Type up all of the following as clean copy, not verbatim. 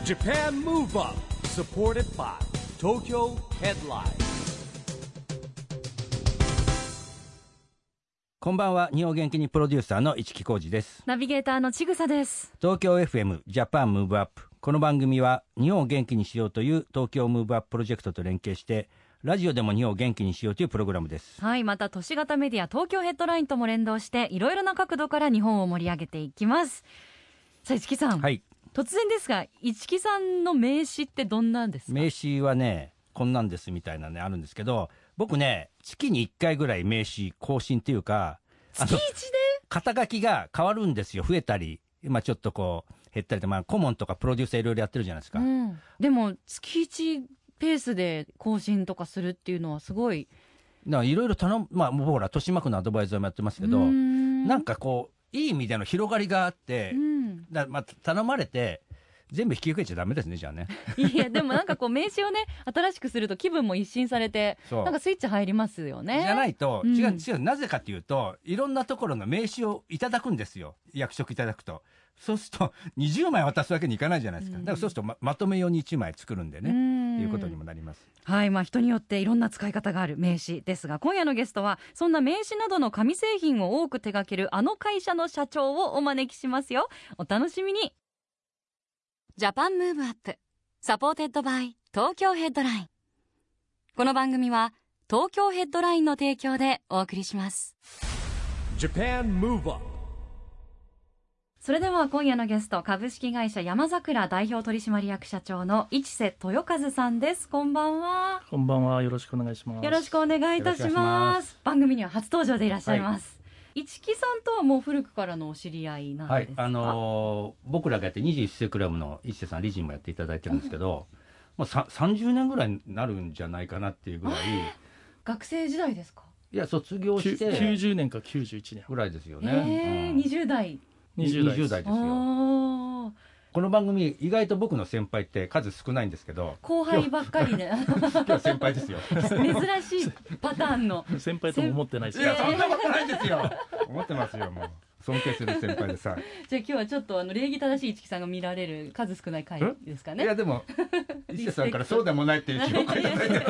Japan Move Up, supported by Tokyo Headline. こんばんは。日本元気にプロデューサーの市木浩司です。 ナビゲーターのちぐさです。 東京 FM ジャパンムーブアップ。この番組は日本を元気にしようという東京ムーブアッププロジェクトと連携してラジオでも日本を元気にしようというプログラムです。 はい、また都市型メディア東京ヘッドラインとも連動していろいろな角度から日本を盛り上げていきます。さあ市木さん、 はい、 突然ですが市木さんの名刺ってどんなんですか？ 名刺はねこんなんですみたいなねあるんですけど、僕ね月に1回ぐらい名刺更新っていうか月1で肩書きが変わるんですよ。増えたり今ちょっとこう減ったりと、顧問とかプロデューサーいろいろやってるじゃないですか、 でも月1ペースで更新とかするっていうのはすごいいろいろ頼む、僕ら豊島区のアドバイザーもやってますけど、なんかこういい意味での広がりがあって、頼まれて全部引き受けちゃダメですね。じゃあねいやでもなんかこう名刺をね新しくすると気分も一新されてなんかスイッチ入りますよね。 じゃないと、違うなぜかというといろんなところの名刺をいただくんですよ。役職いただくと、そうすると20枚渡すわけにいかないじゃないですか。だからそうすると まとめ用に1枚作るんでね、いうことにもなります。 はい、人によっていろんな使い方がある名刺ですが、今夜のゲストはそんな名刺などの紙製品を多く手掛けるあの会社の社長をお招きしますよ。お楽しみに。ジャパンムーブアップサポーテッドバイ東京ヘッドライン。この番組は東京ヘッドラインの提供でお送りします。 Japan Move Up。 それでは今夜のゲスト、株式会社山桜代表取締役社長の市瀬豊和さんです。こんばんは。 こんばんは。よろしくお願いします。 よろしくお願いいたします。番組には初登場でいらっしゃいます、市木さんとはもう古くからのお知り合いなんですか？ 僕らがやって21世クラブの市瀬さん理事もやっていただいてるんですけど、30年ぐらいになるんじゃないかなっていうぐらい学生時代ですか？ いや卒業して 90年か91年ぐらいですよね、 20代 20代ですよ。この番組意外と僕の先輩って数少ないんですけど、 後輩ばっかりで今日先輩ですよ珍しいパターンの先輩とも思ってないですいやそんなことないですよ思ってますよ。もう尊敬する先輩でさじゃあ今日はちょっと礼儀正しい市木さんが見られる数少ない回ですかね。 いやでも市瀬さんからそうでもないっていう紹介いただいてる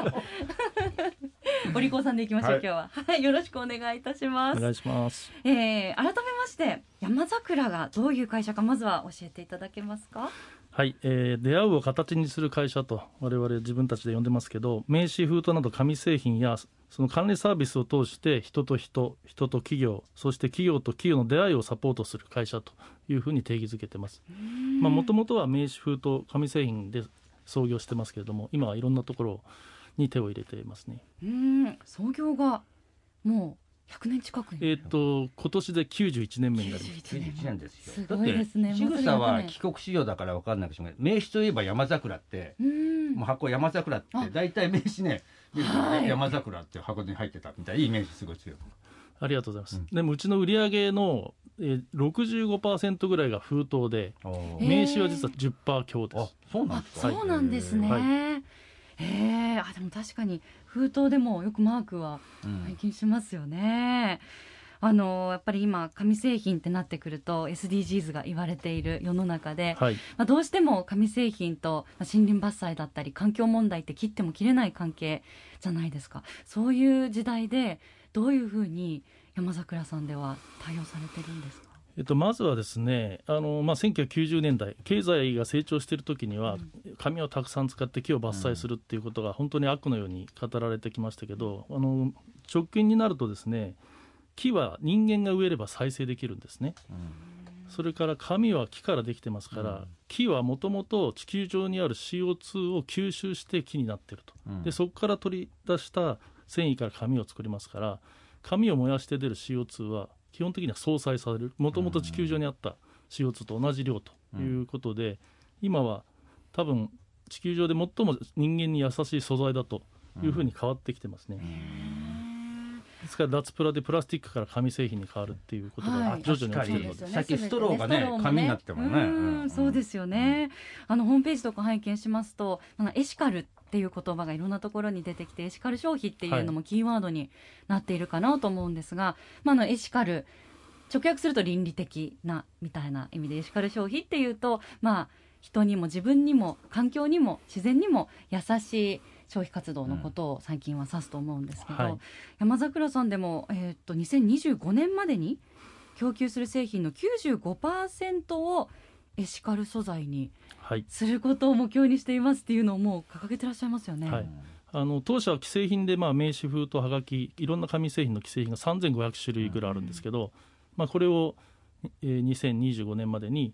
お利口さんでいきましょう、今日は。はい、よろしくお願いいたします。 お願いします。 改めまして山桜がどういう会社かまずは教えていただけますか？ はい、出会うを形にする会社と我々自分たちで呼んでますけど、名刺封筒など紙製品やその管理サービスを通して人と人と企業、そして企業と企業の出会いをサポートする会社というふうに定義づけてます。もともとは名刺封筒紙製品で創業してますけれども、今はいろんなところに手を入れていますね。 創業がもう100年近くに、 今年で91年目になります。 91年ですよ。 すごいですね。 だってちぐさは帰国子女だから分かんないかもしれない。名刺といえば山桜って、もう箱山桜って大体名刺ね、山桜って箱に入ってたみたいなイメージすごい強い。 ありがとうございます、でもうちの売上の、65% ぐらいが封筒で、名刺は実は 10% 強です。 そうなんですか？ そうなんですね。でも確かに封筒でもよくマークは拝見しますよね。やっぱり今紙製品ってなってくると SDGs が言われている世の中で、どうしても紙製品と森林伐採だったり環境問題って切っても切れない関係じゃないですか。そういう時代でどういうふうに山桜さんでは対応されてるんですか？ まずはですね、1990年代経済が成長している時には、紙をたくさん使って木を伐採するっていうことが本当に悪のように語られてきましたけど、直近になるとですね、木は人間が植えれば再生できるんですね、それから紙は木からできてますから、木はもともと地球上にある CO2 を吸収して木になっていると、でそこから取り出した繊維から紙を作りますから、紙を燃やして出る CO2 は基本的には相殺される、もともと地球上にあった CO2 と同じ量ということで、今は多分地球上で最も人間に優しい素材だというふうに変わってきてますね。ですから脱プラでプラスチックから紙製品に変わるっていうことが徐々に起きているので、 さっきストローがね紙になってもね、 そうですよね。ホームページとか拝見しますとエシカルっていう言葉がいろんなところに出てきて、エシカル消費っていうのもキーワードになっているかなと思うんですが、エシカル直訳すると倫理的なみたいな意味でエシカル消費っていうと人にも自分にも環境にも自然にも優しい消費活動のことを最近は指すと思うんですけど、 はい、 山桜さんでも、2025年までに供給する製品の 95% をエシカル素材にすることを目標にしていますっていうのをもう掲げてらっしゃいますよね。 はい、当社は既製品で、名刺封筒はがきいろんな紙製品の既製品が3500種類ぐらいあるんですけど、これを、2025年までに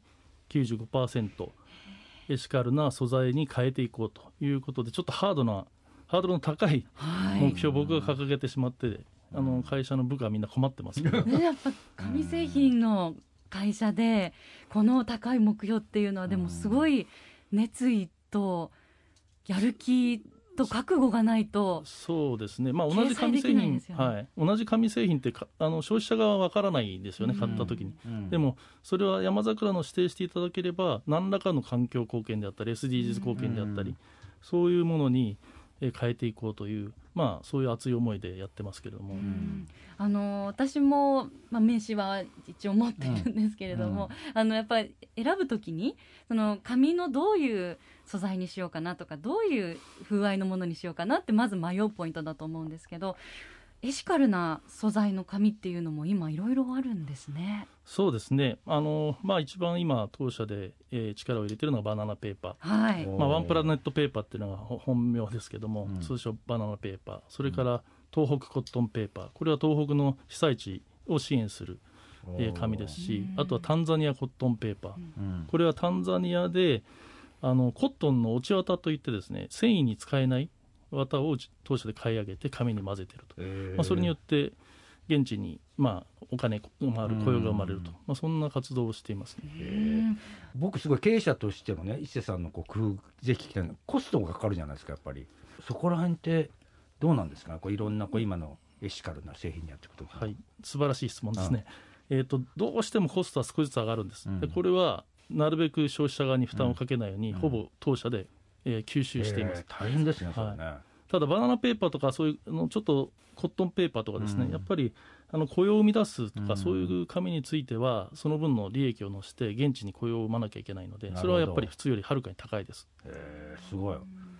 95% エシカルな素材に変えていこうということで、ちょっとハードルの高い目標を僕が掲げてしまって、会社の部下はみんな困ってますけど、 ね、やっぱ紙製品の会社でこの高い目標っていうのはでもすごい熱意とやる気と覚悟がないと。 そうですね、同じ紙製品、同じ紙製品って消費者側は分からないですよね、買った時に、でもそれは山桜の指定していただければ何らかの環境貢献であったり SDGs 貢献であったり、そういうものに変えていこうという、そういう熱い思いでやってますけれども、 私も、名刺は一応持ってるんですけれども、やっぱり選ぶときにその紙のどういう素材にしようかなとか、どういう風合いのものにしようかなってまず迷うポイントだと思うんですけど、エシカルな素材の紙っていうのも今いろいろあるんですね。 そうですね、一番今当社で、力を入れているのはバナナペーパー、ワンプラネットペーパーっていうのが本名ですけども、通称バナナペーパー、それから東北コットンペーパー、これは東北の被災地を支援する、紙ですし、あとはタンザニアコットンペーパー、これはタンザニアでコットンの落ち綿といってですね、繊維に使えない綿を当社で買い上げて紙に混ぜていると、それによって現地に、お金が回る、雇用が生まれると、そんな活動をしていますね。 僕すごい経営者としてもね、伊勢さんの工夫ぜひ聞きたいのは、コストがかかるじゃないですか。やっぱりそこら辺ってどうなんですか。いろんな今のエシカルな製品にやっていくとき、 素晴らしい質問ですね。どうしてもコストは少しずつ上がるんです。でこれはなるべく消費者側に負担をかけないように、ほぼ当社で、吸収しています。 大変ですね、それね。 ただバナナペーパーとかそういうのちょっとコットンペーパーとかですね、やっぱり雇用を生み出すとか、そういう紙についてはその分の利益を乗せて現地に雇用を生まなきゃいけないので、それはやっぱり普通よりはるかに高いです。 すごい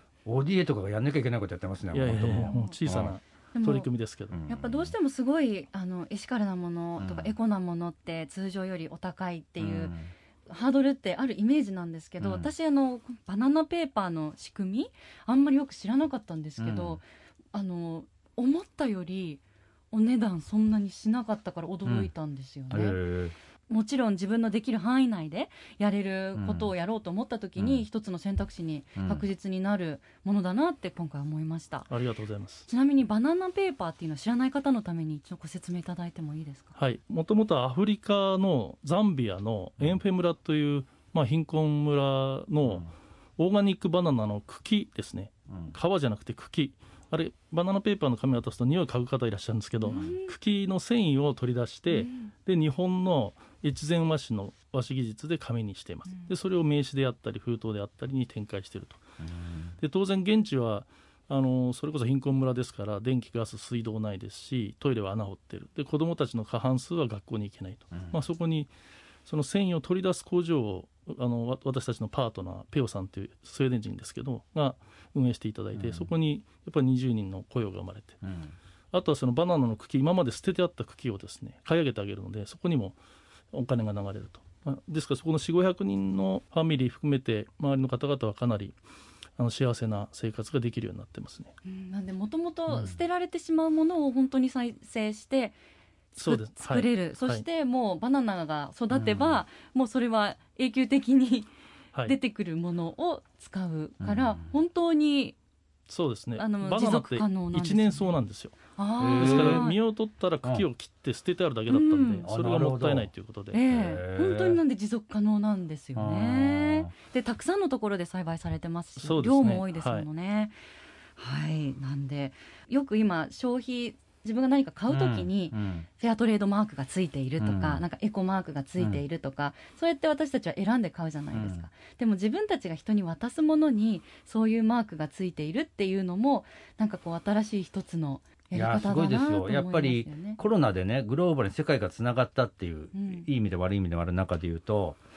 ODA とかがやんなきゃいけないことやってますね。 もう小さな取り組みですけど、 やっぱどうしてもすごいエシカルなものとか、エコなものって通常よりお高いっていう、ハードルってあるイメージなんですけど、私バナナペーパーの仕組みあんまりよく知らなかったんですけど、思ったよりお値段そんなにしなかったから驚いたんですよね。もちろん自分のできる範囲内でやれることをやろうと思った時に、一つの選択肢に確実になるものだなって今回思いました。 ありがとうございます。 ちなみにバナナペーパーっていうのは知らない方のために一度ご説明いただいてもいいですか。 はい、もともとアフリカのザンビアのエンフェ村という、貧困村のオーガニックバナナの茎ですね、皮じゃなくて茎、あれバナナペーパーの紙を渡すと匂い嗅ぐ方いらっしゃるんですけど、茎の繊維を取り出して、で日本の越前和紙の和紙技術で紙にしています。でそれを名刺であったり封筒であったりに展開していると。で当然現地はそれこそ貧困村ですから、電気ガス水道ないですし、トイレは穴掘ってる。で子どもたちの過半数は学校に行けないと、そこにその繊維を取り出す工場を私たちのパートナーペオさんというスウェーデン人ですけどが運営していただいて、そこにやっぱり20人の雇用が生まれて、あとはそのバナナの茎、今まで捨ててあった茎をですね買い上げてあげるので、そこにもお金が流れると。ですからそこの4、500人のファミリー含めて周りの方々はかなり幸せな生活ができるようになってますね。 なんでもともと捨てられてしまうものを本当に再生して作れる、そしてもうバナナが育てば、もうそれは永久的に出てくるものを使うから、本当にそうですね、バナナって一年草なんですよ。ですから実を取ったら茎を切って捨ててあるだけだったんで、それがもったいないということで、 本当になんで持続可能なんですよね。でたくさんのところで栽培されてますし、量も多いですものね。なんでよく今消費自分が何か買うときにフェアトレードマークがついているとか、なんかエコマークがついているとか、そうやって私たちは選んで買うじゃないですか。でも自分たちが人に渡すものにそういうマークがついているっていうのも、なんか新しい一つのやり方だなと思いますよね。すごいですよ。やっぱりコロナでね、グローバルに世界がつながったっていう、いい意味で悪い意味でもある中でいうと、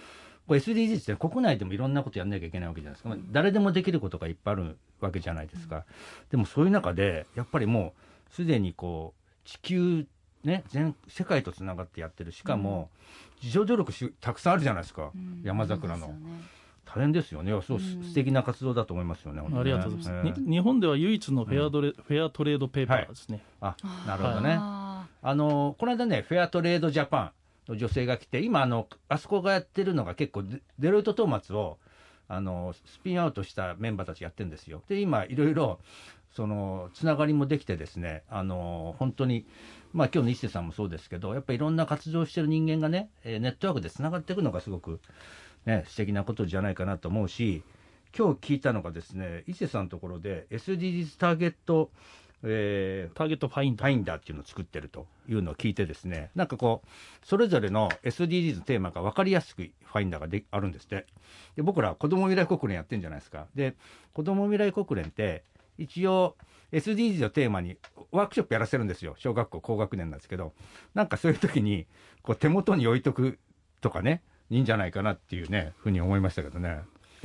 これ SDGs って国内でもいろんなことやんなきゃいけないわけじゃないですか、誰でもできることがいっぱいあるわけじゃないですか、でもそういう中でやっぱりもうすでにこう地球ね世界とつながってやってる、しかも自助努力たくさんあるじゃないですか、山桜の、大変ですよね。そう、素敵な活動だと思いますよね。 ありがとうございます。日本では唯一のフェアトレードペーパーですね。 あ、なるほどね。この間ね、フェアトレードジャパンの女性が来て、今あそこがやってるのが結構デロイトトーマツをスピンアウトしたメンバーたちやってるんですよ。で、今いろいろそのつながりもできてですね、本当に今日の一瀬さんもそうですけど、やっぱりいろんな活動をしてる人間がね、ネットワークでつながっていくのがすごくね、素敵なことじゃないかなと思うし、今日聞いたのがですね、伊勢さんのところで SDGs ターゲット、 ターゲットファインダーっていうのを作ってるというのを聞いてですね、なんかこうそれぞれの SDGs テーマが分かりやすくファインダーがあるんですって。で、僕ら子ども未来国連やってるんじゃないですか。で、子ども未来国連って一応 SDGs をテーマにワークショップやらせるんですよ。小学校高学年なんですけど、なんかそういう時にこう手元に置いとくとかね、いいんじゃないかなっていうね、ふうに思いましたけどね。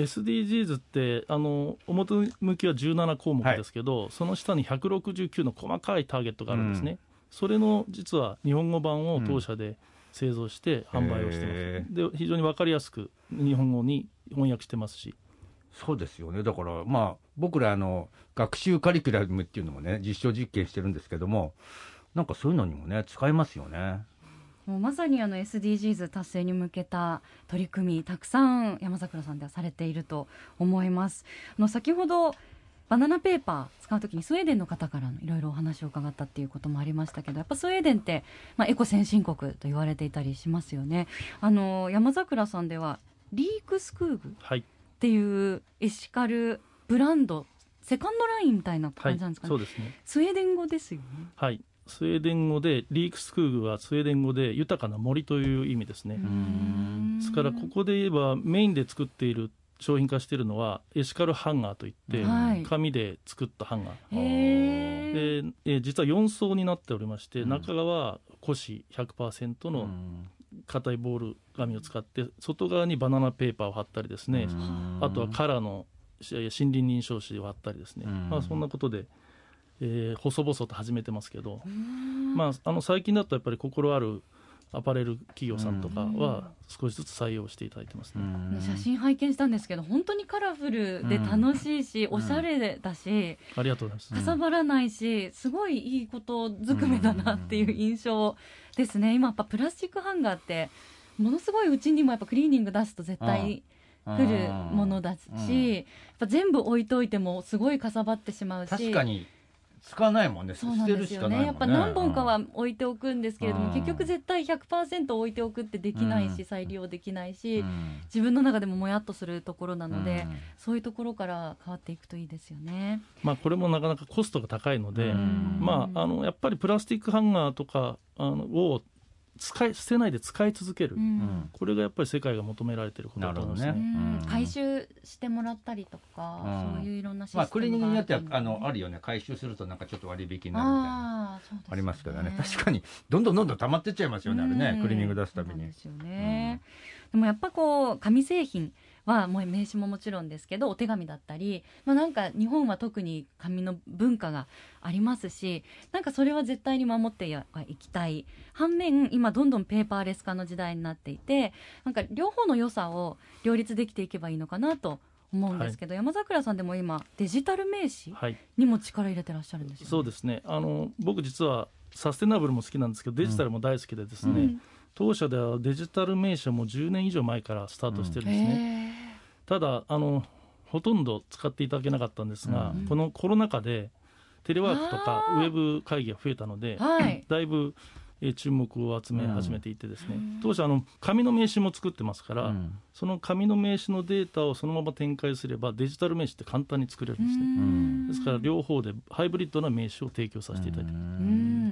SDGs って表向きは17項目ですけど、その下に169の細かいターゲットがあるんですね、それの実は日本語版を当社で製造して販売をしてます、で非常に分かりやすく日本語に翻訳してますし。 そうですよね。だから僕ら学習カリキュラムっていうのもね、実証実験してるんですけども、なんかそういうのにもね使えますよね。 もうまさにSDGs 達成に向けた取り組み、たくさん山桜さんではされていると思います。先ほどバナナペーパー使うときにスウェーデンの方からいろいろお話を伺ったっていうこともありましたけど、やっぱスウェーデンって、エコ先進国と言われていたりしますよね。山桜さんではリークスクーグっていうエシカルブランド、セカンドラインみたいな感じなんですかね。 そうですね。 スウェーデン語ですよね。 はい、スウェーデン語でリークスクーグはスウェーデン語で豊かな森という意味ですね。ですからここで言えばメインで作っている商品化しているのはエシカルハンガーといって、紙で作ったハンガーで、実は4層になっておりまして、中側は古紙 100% の硬いボール紙を使って、外側にバナナペーパーを貼ったりですね、あとはカラーの森林認証紙を貼ったりですね、そんなことで細々と始めてますけど、最近だとやっぱり心あるアパレル企業さんとかは少しずつ採用していただいてますね。 写真拝見したんですけど、本当にカラフルで楽しいし、おしゃれだし、 ありがとうございます。 かさばらないし、すごいいいことずくめだなっていう印象ですね。今やっぱプラスチックハンガーってものすごいうちにもやっぱクリーニング出すと絶対来るものだし、やっぱ全部置いといてもすごいかさばってしまうし、 確かに使わないもんね。 そうなんですよね。やっぱ何本かは置いておくんですけれども、結局絶対 100% 置いておくってできないし、再利用できないし、自分の中でももやっとするところなので、そういうところから変わっていくといいですよね。 これもなかなかコストが高いので、やっぱりプラスチックハンガーとかを捨てないで使い続ける、これがやっぱり世界が求められていることだと思いますね。 回収してもらったりとか、そういういろんなシステムがクリーニングによってはあるよね。回収するとなんかちょっと割引になるみたいなありますけどね。確かにどんどん溜まってっちゃいますよね、あれね、クリーニング出すたびに。 ですよね。でもやっぱ紙製品はもう名刺ももちろんですけど、お手紙だったり、なんか日本は特に紙の文化がありますし、なんかそれは絶対に守っていきたい反面、今どんどんペーパーレス化の時代になっていて、なんか両方の良さを両立できていけばいいのかなと思うんですけど、山桜さんでも今デジタル名刺にも力入れてらっしゃるんですよね。 そうですね。僕実はサステナブルも好きなんですけど、デジタルも大好きでですね、当社ではデジタル名刺をもう10年以上前からスタートしてるんですね。ただほとんど使っていただけなかったんですが、このコロナ禍でテレワークとかウェブ会議が増えたので、だいぶ注目を集め始めていてですね、当社紙の名刺も作ってますから、その紙の名刺のデータをそのまま展開すればデジタル名刺って簡単に作れるんですね。ですから両方でハイブリッドな名刺を提供させていただいてます。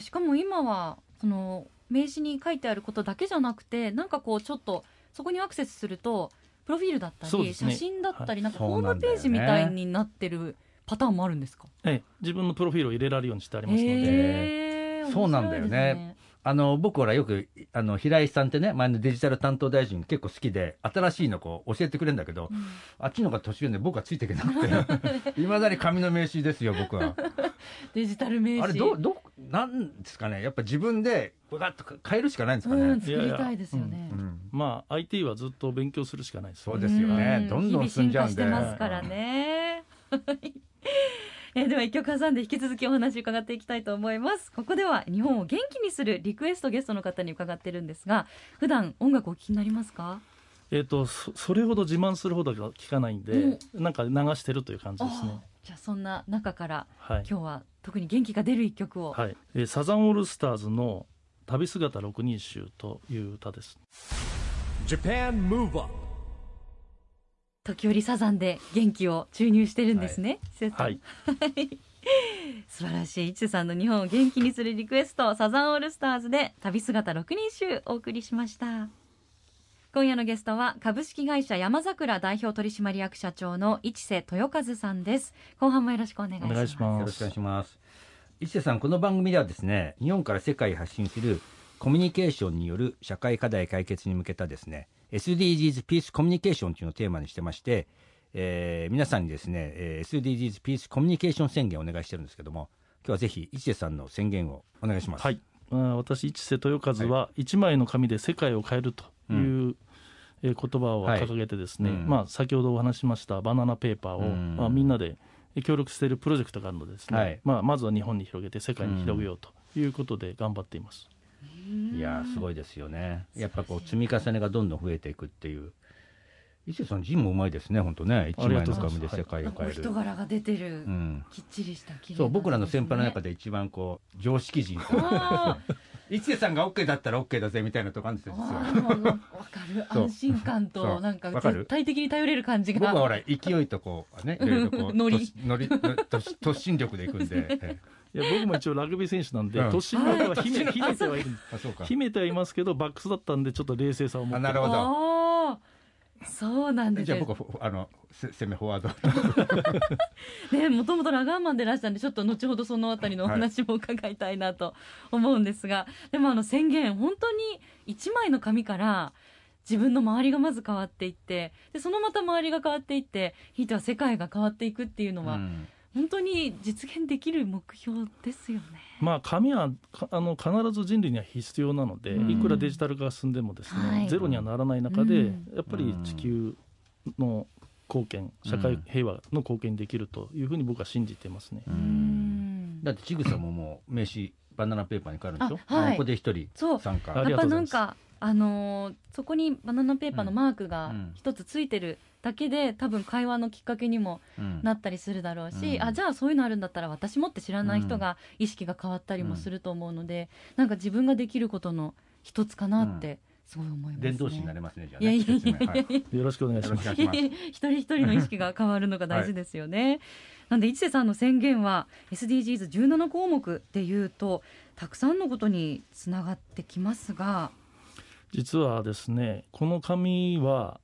しかも今はその名刺に書いてあることだけじゃなくて、なんかちょっとそこにアクセスするとプロフィールだったり、写真だったり、なんかホームページみたいになってるパターンもあるんですか？ 自分のプロフィールを入れられるようにしてありますので。 そうなんだよね。 僕ほらよく平井さんってね、前のデジタル担当大臣結構好きで、新しいのこう教えてくれるんだけど、あっちの方が年上で僕はついていけなくていまだに紙の名刺ですよ僕は。 デジタル名刺あれなんですかね、やっぱ自分でガッと変えるしかないんですかね。 作りたいですよね。 まあ IT はずっと勉強するしかないです。 そうですよね、どんどん進んじゃうんで。 日々進化してますからね。では一曲挟んで引き続きお話伺っていきたいと思います。ここでは日本を元気にするリクエストゲストの方に伺ってるんですが、普段音楽お聴きになりますか？ それほど自慢するほど聞かないんで、なんか流してるという感じですね。 じゃあそんな中から、 はい、 今日は特に元気が出る一曲を、 はい、サザンオールスターズの旅姿六人衆という歌です。 Japan Move Up。 時折サザンで元気を注入してるんですね、 はい、 素晴らしい。市瀬さんの日本を元気にするリクエスト、サザンオールスターズで旅姿6人衆お送りしました。今夜のゲストは株式会社山桜代表取締役社長の市瀬豊和さんです。後半もよろしくお願いします。 よろしくお願いします。市瀬さん、この番組ではですね、日本から世界へ発信するコミュニケーションによる社会課題解決に向けたですね、SDGs ピースコミュニケーションというのをテーマにしてまして、皆さんにですね、SDGs ピースコミュニケーション宣言をお願いしてるんですけども、今日はぜひ市瀬さんの宣言をお願いします。 はい、私市瀬豊和は1枚の紙で世界を変えるという、言葉を掲げてですね、先ほどお話しましたバナナペーパーを、みんなで協力しているプロジェクトがあるのでですね、まずは日本に広げて世界に広げようということで頑張っています。 いやすごいですよね。やっぱこう積み重ねがどんどん増えていくっていう。市瀬さん字もうまいですね、本当ね。一枚の紙で世界を変える。 人柄が出てる、きっちりした綺麗な、 そう、僕らの先輩の中で一番こう常識人。市瀬さんが OK だったら OK だぜみたいなとこあるんですよ、実は。 わかる、安心感となんか絶対的に頼れる感じが。 僕はほら勢いとこうね、いろいろこう突進力でいくんで。 いや僕も一応ラグビー選手なんで、突進力は秘めてはいるんです。秘めてはいますけど、バックスだったんでちょっと冷静さを持って。 なるほど。 そうなんですよ。 じゃあ僕は攻めフォワード。 ね、もともとラガーマンでいらしたんで、ちょっと後ほどそのあたりのお話も伺いたいなと思うんですが、でも宣言、本当に1枚の紙から自分の周りがまず変わっていって、でそのまた周りが変わっていって、ひいては世界が変わっていくっていうのは、本当に実現できる目標ですよね。 紙は必ず人類には必要なので、いくらデジタル化が進んでもですね、ゼロにはならない中で、やっぱり地球の貢献、社会平和の貢献できるというふうに僕は信じてますね。 だってちぐさももう名刺バナナペーパーに変わるんでしょ。ここで一人参加。 やっぱなんかそこにバナナペーパーのマークが一つついてるだけで、多分会話のきっかけにもなったりするだろうし、じゃあそういうのあるんだったら私もって知らない人が意識が変わったりもすると思うので、なんか自分ができることの一つかなってすごい思いますね。 伝道師になれますね、じゃあね。 よろしくお願いします。 一人一人の意識が変わるのが大事ですよね。なんで市瀬さんの宣言は SDGs17 項目でいうとたくさんのことにつながってきますが、 実はですね、この紙は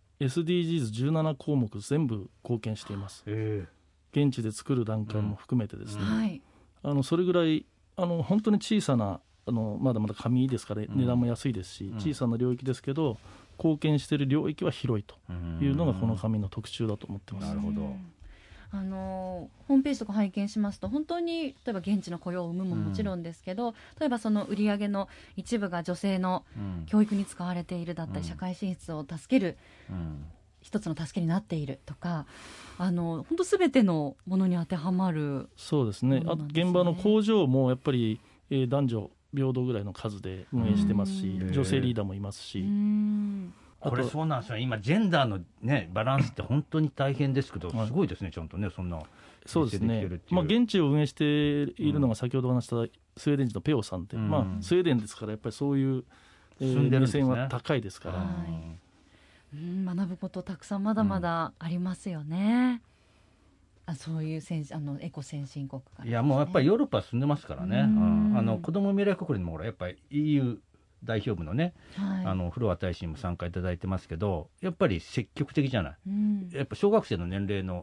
SDGs17 項目全部貢献しています。現地で作る段階も含めてですね、それぐらい本当に小さなまだまだ紙ですから値段も安いですし、小さな領域ですけど貢献している領域は広いというのがこの紙の特徴だと思ってます。 なるほど。 ホームページとか拝見しますと、本当に例えば現地の雇用を生むももちろんですけど、例えばその売り上げの一部が女性の教育に使われているだったり、社会進出を助ける、一つの助けになっているとか、本当すべてのものに当てはまる。 そうですね。あと現場の工場もやっぱり、男女平等ぐらいの数で運営してますし、女性リーダーもいますし。 これそうなんですよ。今ジェンダーのねバランスって本当に大変ですけど、すごいですね、ちゃんとね、そんな。 そうですね。現地を運営しているのが先ほどお話したスウェーデン人のペオさんで、スウェーデンですからやっぱりそういう目線は高いですから。 学ぶことたくさんまだまだありますよね。そういうエコ先進国から、 いやもうやっぱりヨーロッパは進んでますからね。子ども未来国連もほらやっぱり EU代表部のね、フロア大使にも参加いただいてますけど、やっぱり積極的じゃない、やっぱ小学生の年齢の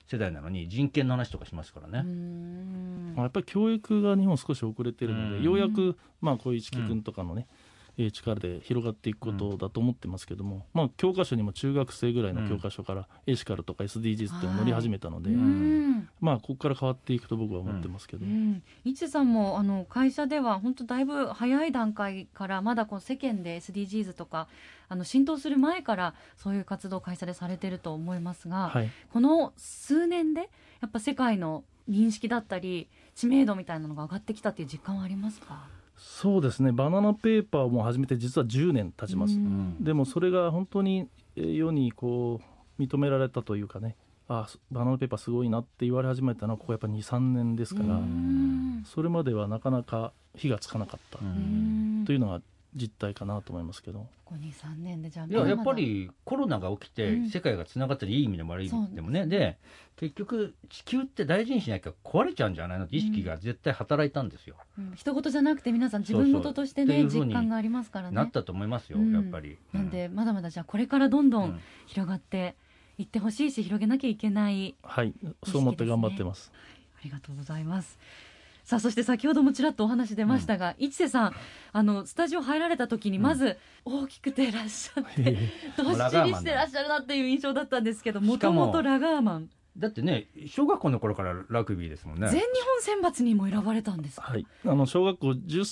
世代なのに人権の話とかしますからね。 やっぱり教育が日本少し遅れてるので、ようやくこういう市木君とかのね、力で広がっていくことだと思ってますけども、教科書にも中学生ぐらいの教科書からエシカルとか SDGs っていうのが載り始めたので、ここから変わっていくと僕は思ってますけど、 市瀬さんも会社では本当だいぶ早い段階からまだこう世間で SDGs とか浸透する前からそういう活動を会社でされてると思いますが、この数年でやっぱ世界の認識だったり知名度みたいなのが上がってきたっていう実感はありますか？ そうですね、バナナペーパーも始めて実は10年経ちます。でもそれが本当に世にこう認められたというかね、バナナペーパーすごいなって言われ始めたのはここやっぱ 2,3 年ですから、それまではなかなか火がつかなかったというのが実態かなと思いますけど、 ここ 2,3 年でじゃあやっぱりコロナが起きて世界がつながったり、いい意味でも悪い意味でもね、で結局地球って大事にしなきゃ壊れちゃうんじゃないのって意識が絶対働いたんですよ。 人事じゃなくて皆さん自分事としてね、実感がありますからね。 なったと思いますよ、やっぱり。 なんでまだまだじゃあこれからどんどん広がっていってほしいし、広げなきゃいけない、 そう思って頑張ってます。 ありがとうございます。さあそして先ほどもちらっとお話出ましたが、市瀬さんスタジオ入られた時にまず大きくていらっしゃって、どっしりしてらっしゃるなっていう印象だったんですけど、もともとラガーマンだってね、小学校の頃からラグビーですもんね。 全日本選抜にも選ばれたんですか？ 小学校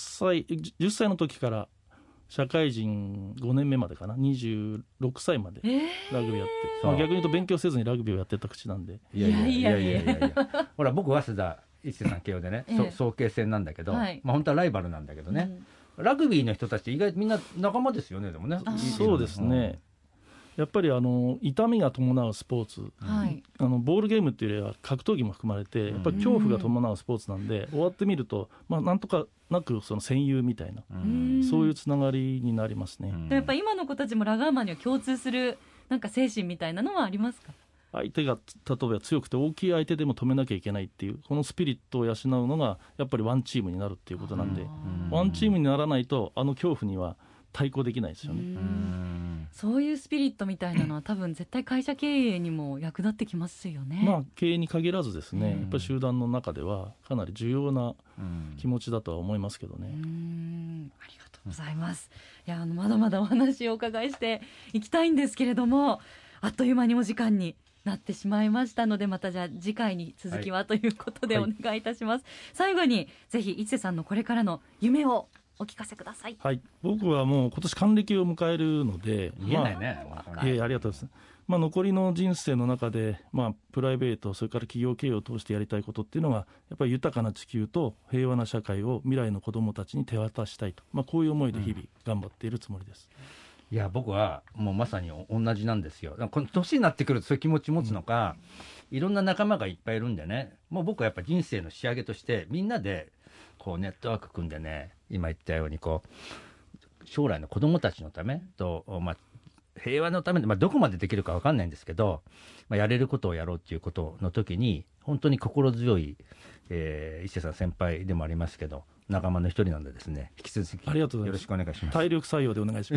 10歳の時から社会人5年目までかな、26歳までラグビーやって、逆に言うと勉強せずにラグビーをやってた口なんで。 いやほら僕早稲田市瀬さん慶応でね、早慶戦なんだけど、本当はライバルなんだけどね、ラグビーの人たち意外とみんな仲間ですよね。でもね、 そうですね、やっぱり痛みが伴うスポーツ、ボールゲームっていうよりは格闘技も含まれて、やっぱり恐怖が伴うスポーツなんで、終わってみると、なんとかなくその戦友みたいな、そういうつながりになりますね。 やっぱ今の子たちもラガーマンには共通するなんか精神みたいなのはありますか？ 相手が例えば強くて大きい相手でも止めなきゃいけないっていう、このスピリットを養うのがやっぱりワンチームになるっていうことなんで、ワンチームにならないと恐怖には対抗できないですよね。 そういうスピリットみたいなのは多分絶対会社経営にも役立ってきますよね。 経営に限らずですね、やっぱり集団の中ではかなり重要な気持ちだとは思いますけどね。 ありがとうございます。いやまだまだお話をお伺いしていきたいんですけれども、あっという間にお時間になってしまいましたので、またじゃあ次回に続きはということでお願いいたします。最後にぜひ市瀬さんのこれからの夢をお聞かせください。 僕はもう今年還暦を迎えるので、 言えないね、 ありがとうございます。残りの人生の中で、プライベート、それから企業経営を通してやりたいことっていうのは、やっぱり豊かな地球と平和な社会を未来の子どもたちに手渡したいと、こういう思いで日々頑張っているつもりです。 いや僕はもうまさに同じなんですよ。この年になってくるとそういう気持ち持つのか、いろんな仲間がいっぱいいるんでね、もう僕はやっぱ人生の仕上げとしてみんなでこうネットワーク組んでね、今言ったようにこう将来の子どもたちのためと、平和のためで、どこまでできるか分かんないんですけど、やれることをやろうっていうことの時に本当に心強い、伊勢さん先輩でもありますけど仲間の一人なんでですね、引き続きよろしくお願いします。 体力採用でお願いします。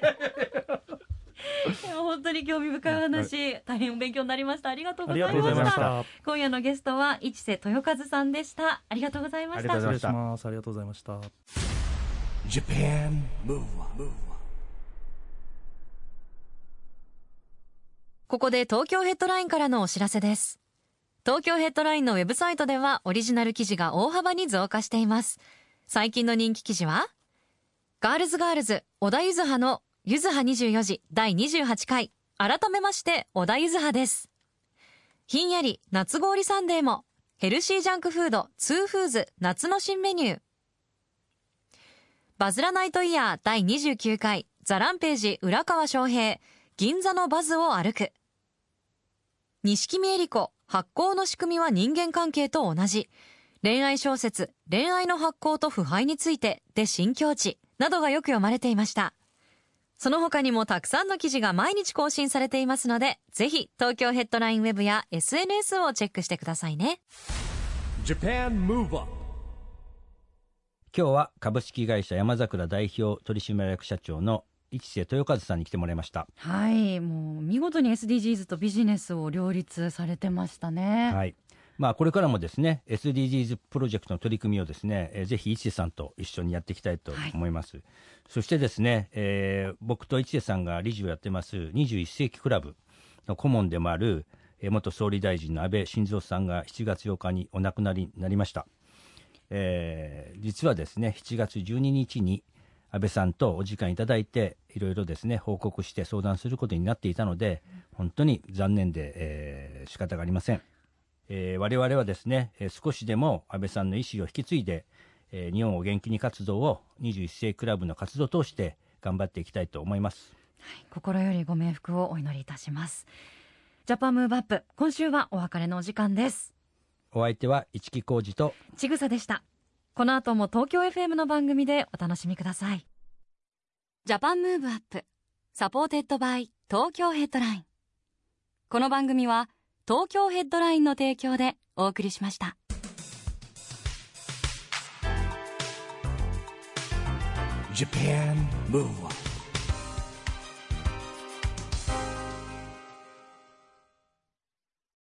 本当に興味深い話、大変お勉強になりました。ありがとうございました。今夜のゲストは市瀬豊和さんでした。ありがとうございました。 失礼します。ありがとうございました。 Japan Move Up。 ここで東京ヘッドラインからのお知らせです。東京ヘッドラインのウェブサイトではオリジナル記事が大幅に増加しています。最近の人気記事は、ガールズ小田柚葉の柚葉24時第28回、改めまして小田柚葉です。ひんやり夏氷サンデーも、ヘルシージャンクフードツーフーズ夏の新メニュー。バズらナイトイヤー第29回、ザランページ浦川翔平、銀座のバズを歩く。錦見恵理子、発酵の仕組みは人間関係と同じ。恋愛小説、恋愛の発酵と腐敗についてで新境地などがよく読まれていました。その他にもたくさんの記事が毎日更新されていますので、ぜひ東京ヘッドラインウェブや SNS をチェックしてくださいね。 Japan Move Up。 今日は株式会社山桜代表取締役社長の市瀬豊和さんに来てもらいました。 はい、もう見事に SDGs とビジネスを両立されてましたね。 はい、これからもですね SDGs プロジェクトの取り組みをですね、ぜひ市瀬さんと一緒にやっていきたいと思います、はい、そしてですね、僕と市瀬さんが理事をやってます21世紀クラブの顧問でもある元総理大臣の安倍晋三さんが7月8日にお亡くなりになりました。実はですね7月12日に安倍さんとお時間いただいていろいろですね報告して相談することになっていたので、本当に残念で、仕方がありません。我々はですね、少しでも安倍さんの意思を引き継いで、日本を元気に活動を21世紀クラブの活動を通して頑張っていきたいと思います、 はい、心よりご冥福をお祈りいたします。ジャパンムーブアップ、今週はお別れのお時間です。 お相手は市木浩二とちぐさでした。この後も東京 FM の番組でお楽しみください。 ジャパンムーブアップサポーテッドバイ東京ヘッドライン。この番組は東京ヘッドラインの提供でお送りしました。 Japan Move Up